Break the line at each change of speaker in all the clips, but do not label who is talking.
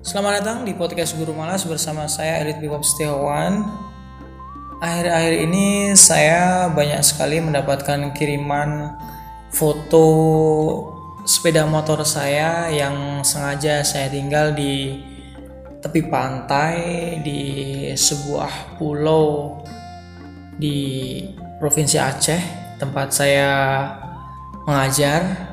Selamat datang di podcast Guru Malas bersama saya Elit Bipop Setiawan. Akhir-akhir ini saya banyak sekali mendapatkan kiriman foto sepeda motor saya yang sengaja saya tinggal di tepi pantai di sebuah pulau di Provinsi Aceh, tempat saya mengajar.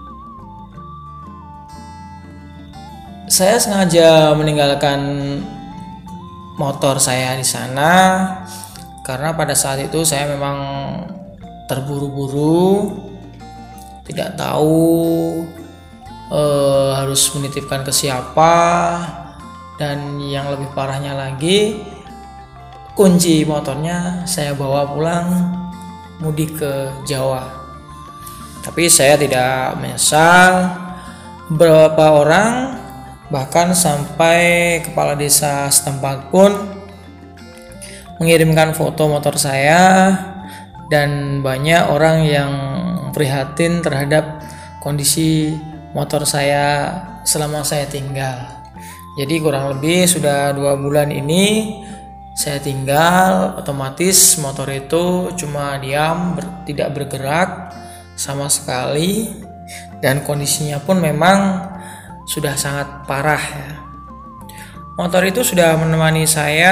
Saya sengaja meninggalkan motor saya di sana karena pada saat itu saya memang terburu-buru, tidak tahu harus menitipkan ke siapa, dan yang lebih parahnya lagi, kunci motornya saya bawa pulang mudik ke Jawa. Tapi saya tidak menyesal. Beberapa orang, bahkan sampai kepala desa setempat pun mengirimkan foto motor saya, dan banyak orang yang prihatin terhadap kondisi motor saya selama saya tinggal. Jadi kurang lebih sudah 2 bulan ini saya tinggal, otomatis motor itu cuma diam, tidak bergerak sama sekali, dan kondisinya pun memang sudah sangat parah ya. Motor itu sudah menemani saya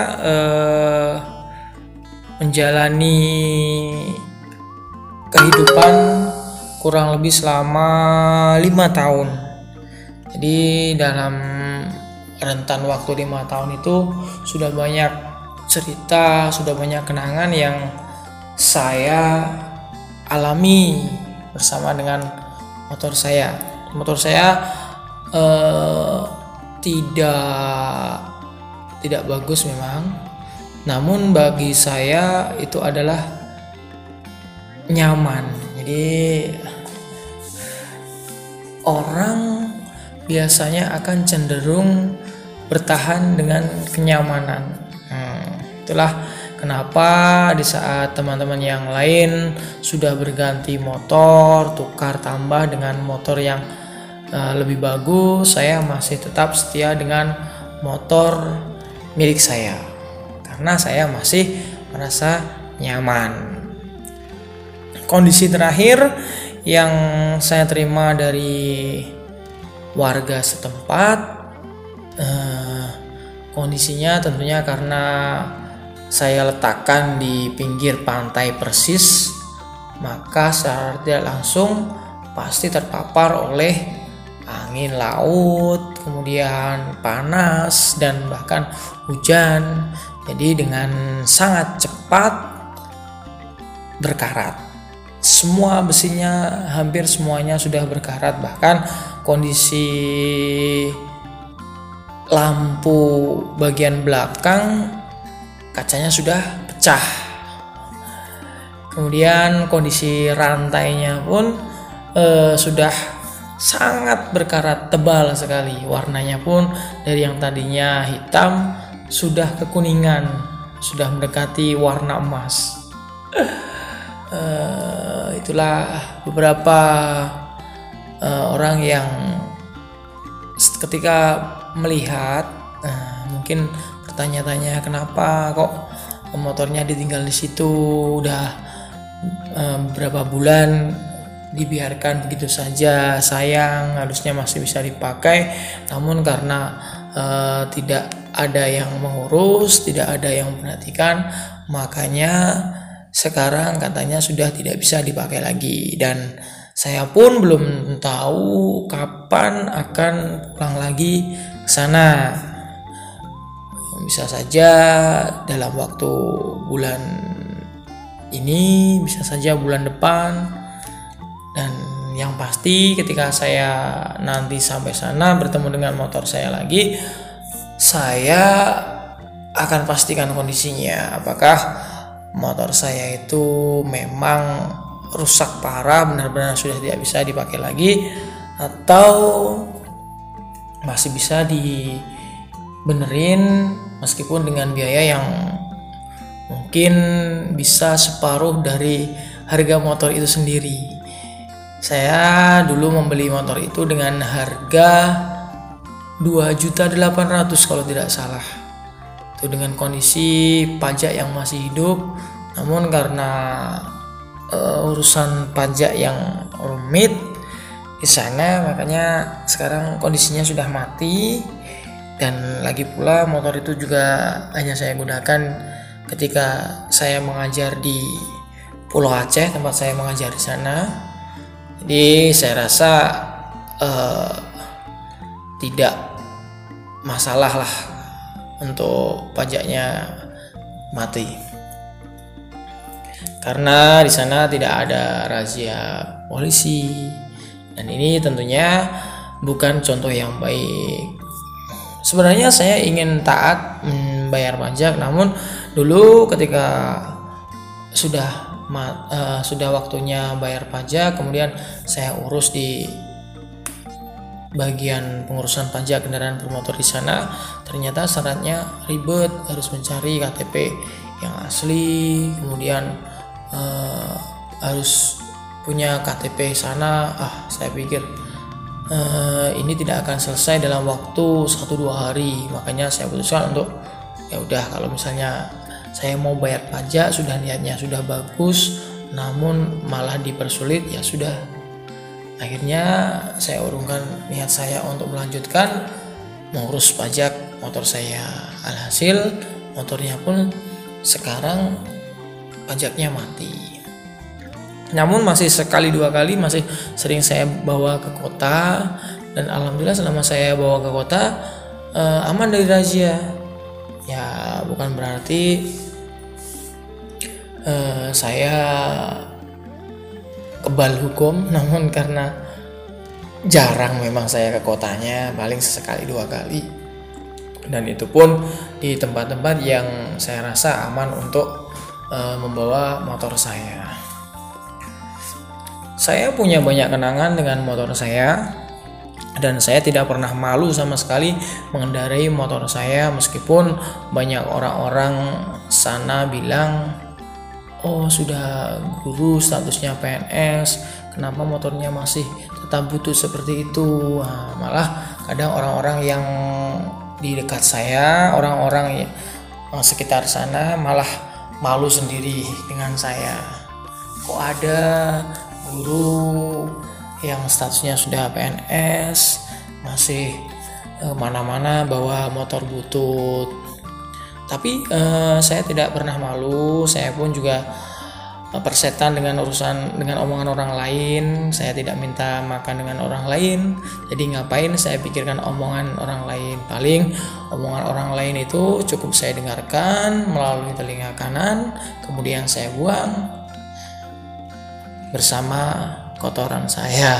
menjalani kehidupan kurang lebih selama 5 tahun. Jadi dalam rentan waktu 5 tahun itu sudah banyak cerita, sudah banyak kenangan yang saya alami bersama dengan motor saya. Motor saya tidak bagus memang, namun bagi saya itu adalah nyaman. Jadi orang biasanya akan cenderung bertahan dengan kenyamanan. Itulah kenapa di saat teman-teman yang lain sudah berganti motor, tukar tambah dengan motor yang lebih bagus, saya masih tetap setia dengan motor milik saya karena saya masih merasa nyaman. Kondisi terakhir yang saya terima dari warga setempat, kondisinya tentunya karena saya letakkan di pinggir pantai persis, maka secara tidak langsung pasti terpapar oleh angin laut, kemudian panas, dan bahkan hujan. Jadi dengan sangat cepat berkarat. Semua besinya hampir semuanya sudah berkarat, bahkan kondisi lampu bagian belakang kacanya sudah pecah. Kemudian kondisi rantainya pun sudah sangat berkarat, tebal sekali. Warnanya pun dari yang tadinya hitam sudah kekuningan, sudah mendekati warna emas. Itulah beberapa orang yang ketika melihat mungkin bertanya-tanya kenapa kok motornya ditinggal di situ, udah beberapa bulan dibiarkan begitu saja, sayang, harusnya masih bisa dipakai, namun karena tidak ada yang mengurus, tidak ada yang memperhatikan, makanya sekarang katanya sudah tidak bisa dipakai lagi. Dan saya pun belum tahu kapan akan pulang lagi ke sana. Bisa saja dalam waktu bulan ini, bisa saja bulan depan. Dan yang pasti ketika saya nanti sampai sana bertemu dengan motor saya lagi, saya akan pastikan kondisinya. Apakah motor saya itu memang rusak parah, benar-benar sudah tidak bisa dipakai lagi, atau masih bisa dibenerin meskipun dengan biaya yang mungkin bisa separuh dari harga motor itu sendiri. Saya dulu membeli motor itu dengan harga 2.800.000 kalau tidak salah. Itu dengan kondisi pajak yang masih hidup, namun karena urusan pajak yang rumit di sana, makanya sekarang kondisinya sudah mati. Dan lagi pula motor itu juga hanya saya gunakan ketika saya mengajar di Pulau Aceh, tempat saya mengajar di sana. Jadi saya rasa tidak masalah lah untuk pajaknya mati, karena di sana tidak ada razia polisi, dan ini tentunya bukan contoh yang baik. Sebenarnya saya ingin taat membayar pajak, namun dulu ketika sudah waktunya bayar pajak, kemudian saya urus di bagian pengurusan pajak kendaraan bermotor di sana, ternyata syaratnya ribet, harus mencari KTP yang asli, kemudian harus punya KTP sana. Saya pikir ini tidak akan selesai dalam waktu 1-2 hari, makanya saya putuskan untuk ya udah, kalau misalnya saya mau bayar pajak, sudah niatnya sudah bagus namun malah dipersulit, ya sudah, akhirnya saya urungkan niat saya untuk melanjutkan mengurus pajak motor saya. Alhasil motornya pun sekarang pajaknya mati. Namun masih sekali 2 kali masih sering saya bawa ke kota, dan alhamdulillah selama saya bawa ke kota aman dari razia. Ya bukan berarti saya kebal hukum, namun karena jarang memang saya ke kotanya, paling sesekali 2 kali, dan itu pun di tempat-tempat yang saya rasa aman untuk membawa motor saya. Saya punya banyak kenangan dengan motor saya, dan saya tidak pernah malu sama sekali mengendarai motor saya, meskipun banyak orang-orang sana bilang, oh sudah guru, statusnya PNS, kenapa motornya masih tetap butut seperti itu. Malah kadang orang-orang yang di dekat saya, orang-orang sekitar sana malah malu sendiri dengan saya. Kok ada guru yang statusnya sudah PNS masih mana-mana bawa motor butut. Tapi saya tidak pernah malu. Saya pun juga persetan dengan omongan orang lain. Saya tidak minta makan dengan orang lain, jadi ngapain saya pikirkan omongan orang lain. Paling omongan orang lain itu cukup saya dengarkan melalui telinga kanan, kemudian saya buang bersama kotoran saya.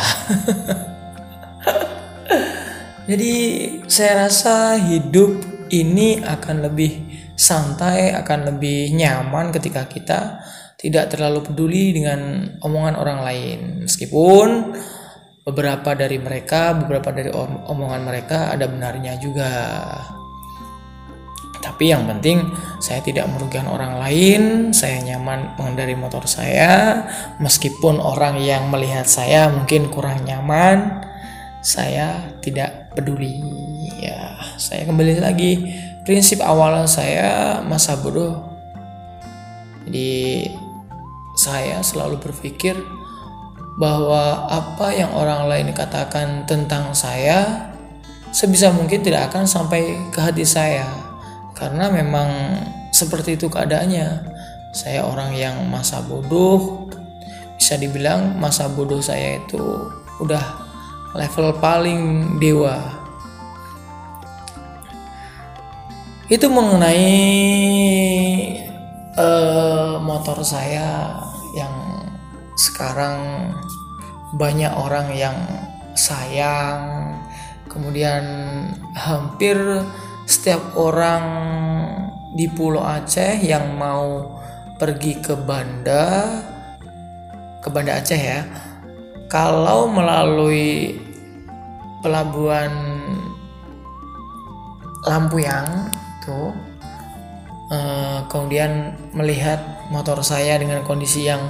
Jadi saya rasa hidup ini akan lebih santai, akan lebih nyaman ketika kita tidak terlalu peduli dengan omongan orang lain. Meskipun beberapa dari omongan mereka ada benarnya juga. Tapi yang penting saya tidak merugikan orang lain, saya nyaman mengendarai motor saya. Meskipun orang yang melihat saya mungkin kurang nyaman, saya tidak peduli. Ya, saya kembali lagi prinsip awal saya, masa bodoh. Jadi saya selalu berpikir bahwa apa yang orang lain katakan tentang saya sebisa mungkin tidak akan sampai ke hati saya, karena memang seperti itu keadaannya. Saya orang yang masa bodoh, bisa dibilang masa bodoh saya itu udah level paling dewa. Itu mengenai motor saya yang sekarang banyak orang yang sayang. Kemudian hampir setiap orang di Pulau Aceh yang mau pergi ke Banda Aceh ya, kalau melalui pelabuhan Lampuyang tuh, kemudian melihat motor saya dengan kondisi yang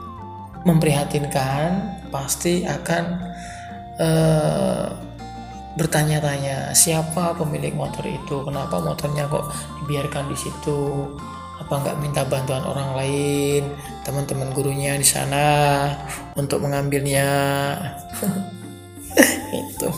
memprihatinkan, pasti akan bertanya-tanya siapa pemilik motor itu, kenapa motornya kok dibiarkan di situ, apa nggak minta bantuan orang lain, teman-teman gurunya di sana untuk mengambilnya. Itu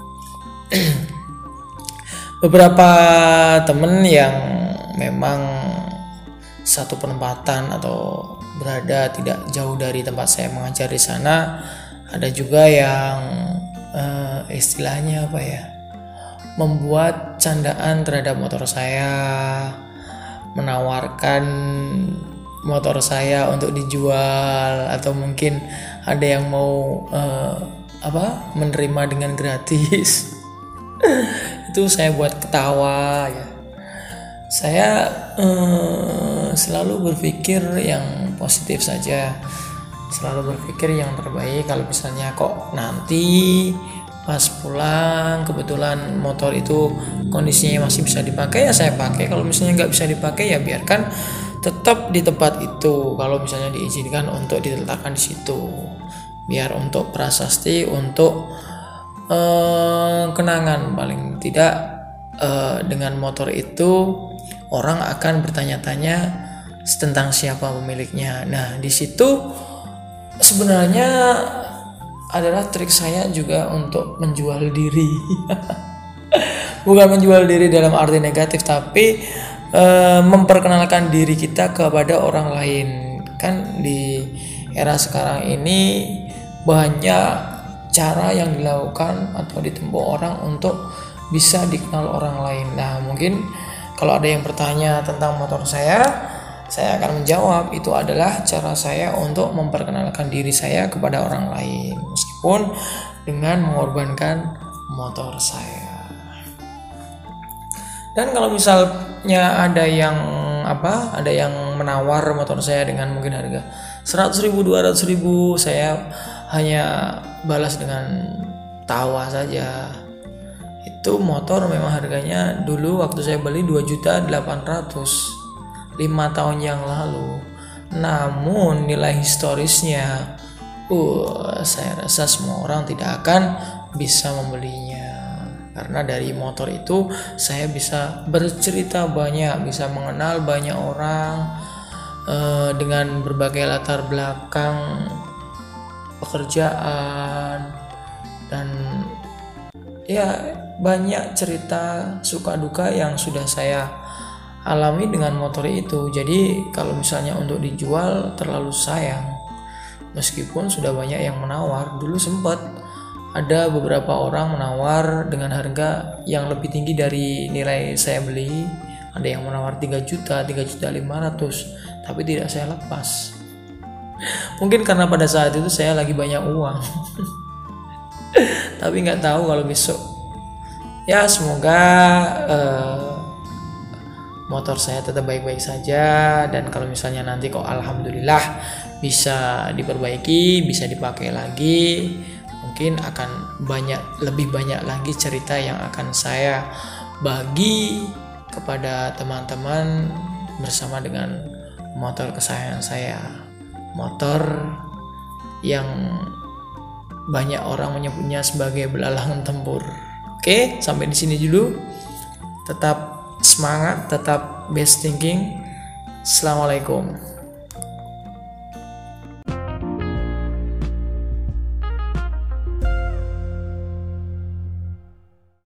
beberapa temen yang memang satu penempatan atau berada tidak jauh dari tempat saya mengajar di sana. Ada juga yang istilahnya apa ya, membuat candaan terhadap motor saya, menawarkan motor saya untuk dijual, atau mungkin ada yang mau menerima dengan gratis. Itu saya buat ketawa ya. Saya selalu berpikir yang positif saja, selalu berpikir yang terbaik. Kalau misalnya kok nanti pas pulang kebetulan motor itu kondisinya masih bisa dipakai, ya saya pakai. Kalau misalnya nggak bisa dipakai, ya biarkan tetap di tempat itu. Kalau misalnya diizinkan untuk diletakkan di situ, biar untuk prasasti, untuk kenangan. Paling tidak dengan motor itu orang akan bertanya-tanya tentang siapa pemiliknya. Nah, di situ sebenarnya adalah trik saya juga untuk menjual diri. Bukan menjual diri dalam arti negatif, tapi memperkenalkan diri kita kepada orang lain. Kan di era sekarang ini banyak cara yang dilakukan atau ditempuh orang untuk bisa dikenal orang lain. Nah, mungkin kalau ada yang bertanya tentang motor saya akan menjawab itu adalah cara saya untuk memperkenalkan diri saya kepada orang lain, meskipun dengan mengorbankan motor saya. Dan kalau misalnya ada yang menawar motor saya dengan mungkin harga 100.000, 200.000, saya hanya balas dengan tawa saja. Itu motor memang harganya dulu waktu saya beli 2.800.000 5 tahun yang lalu. Namun nilai historisnya saya rasa semua orang tidak akan bisa membelinya. Karena dari motor itu saya bisa bercerita banyak, bisa mengenal banyak orang dengan berbagai latar belakang pekerjaan, dan ya banyak cerita suka duka yang sudah saya alami dengan motor itu. Jadi kalau misalnya untuk dijual terlalu sayang, meskipun sudah banyak yang menawar. Dulu sempat ada beberapa orang menawar dengan harga yang lebih tinggi dari nilai saya beli. Ada yang menawar 3 juta, 3.500.000, tapi tidak saya lepas. Mungkin karena pada saat itu saya lagi banyak uang. Tapi nggak tahu kalau besok. Ya semoga motor saya tetap baik-baik saja. Dan kalau misalnya nanti kok alhamdulillah bisa diperbaiki, bisa dipakai lagi, mungkin akan lebih banyak lagi cerita yang akan saya bagi kepada teman-teman bersama dengan motor kesayangan saya. Motor yang banyak orang menyebutnya sebagai belalang tempur. Oke, sampai di sini dulu. Tetap semangat, tetap best thinking. Assalamualaikum.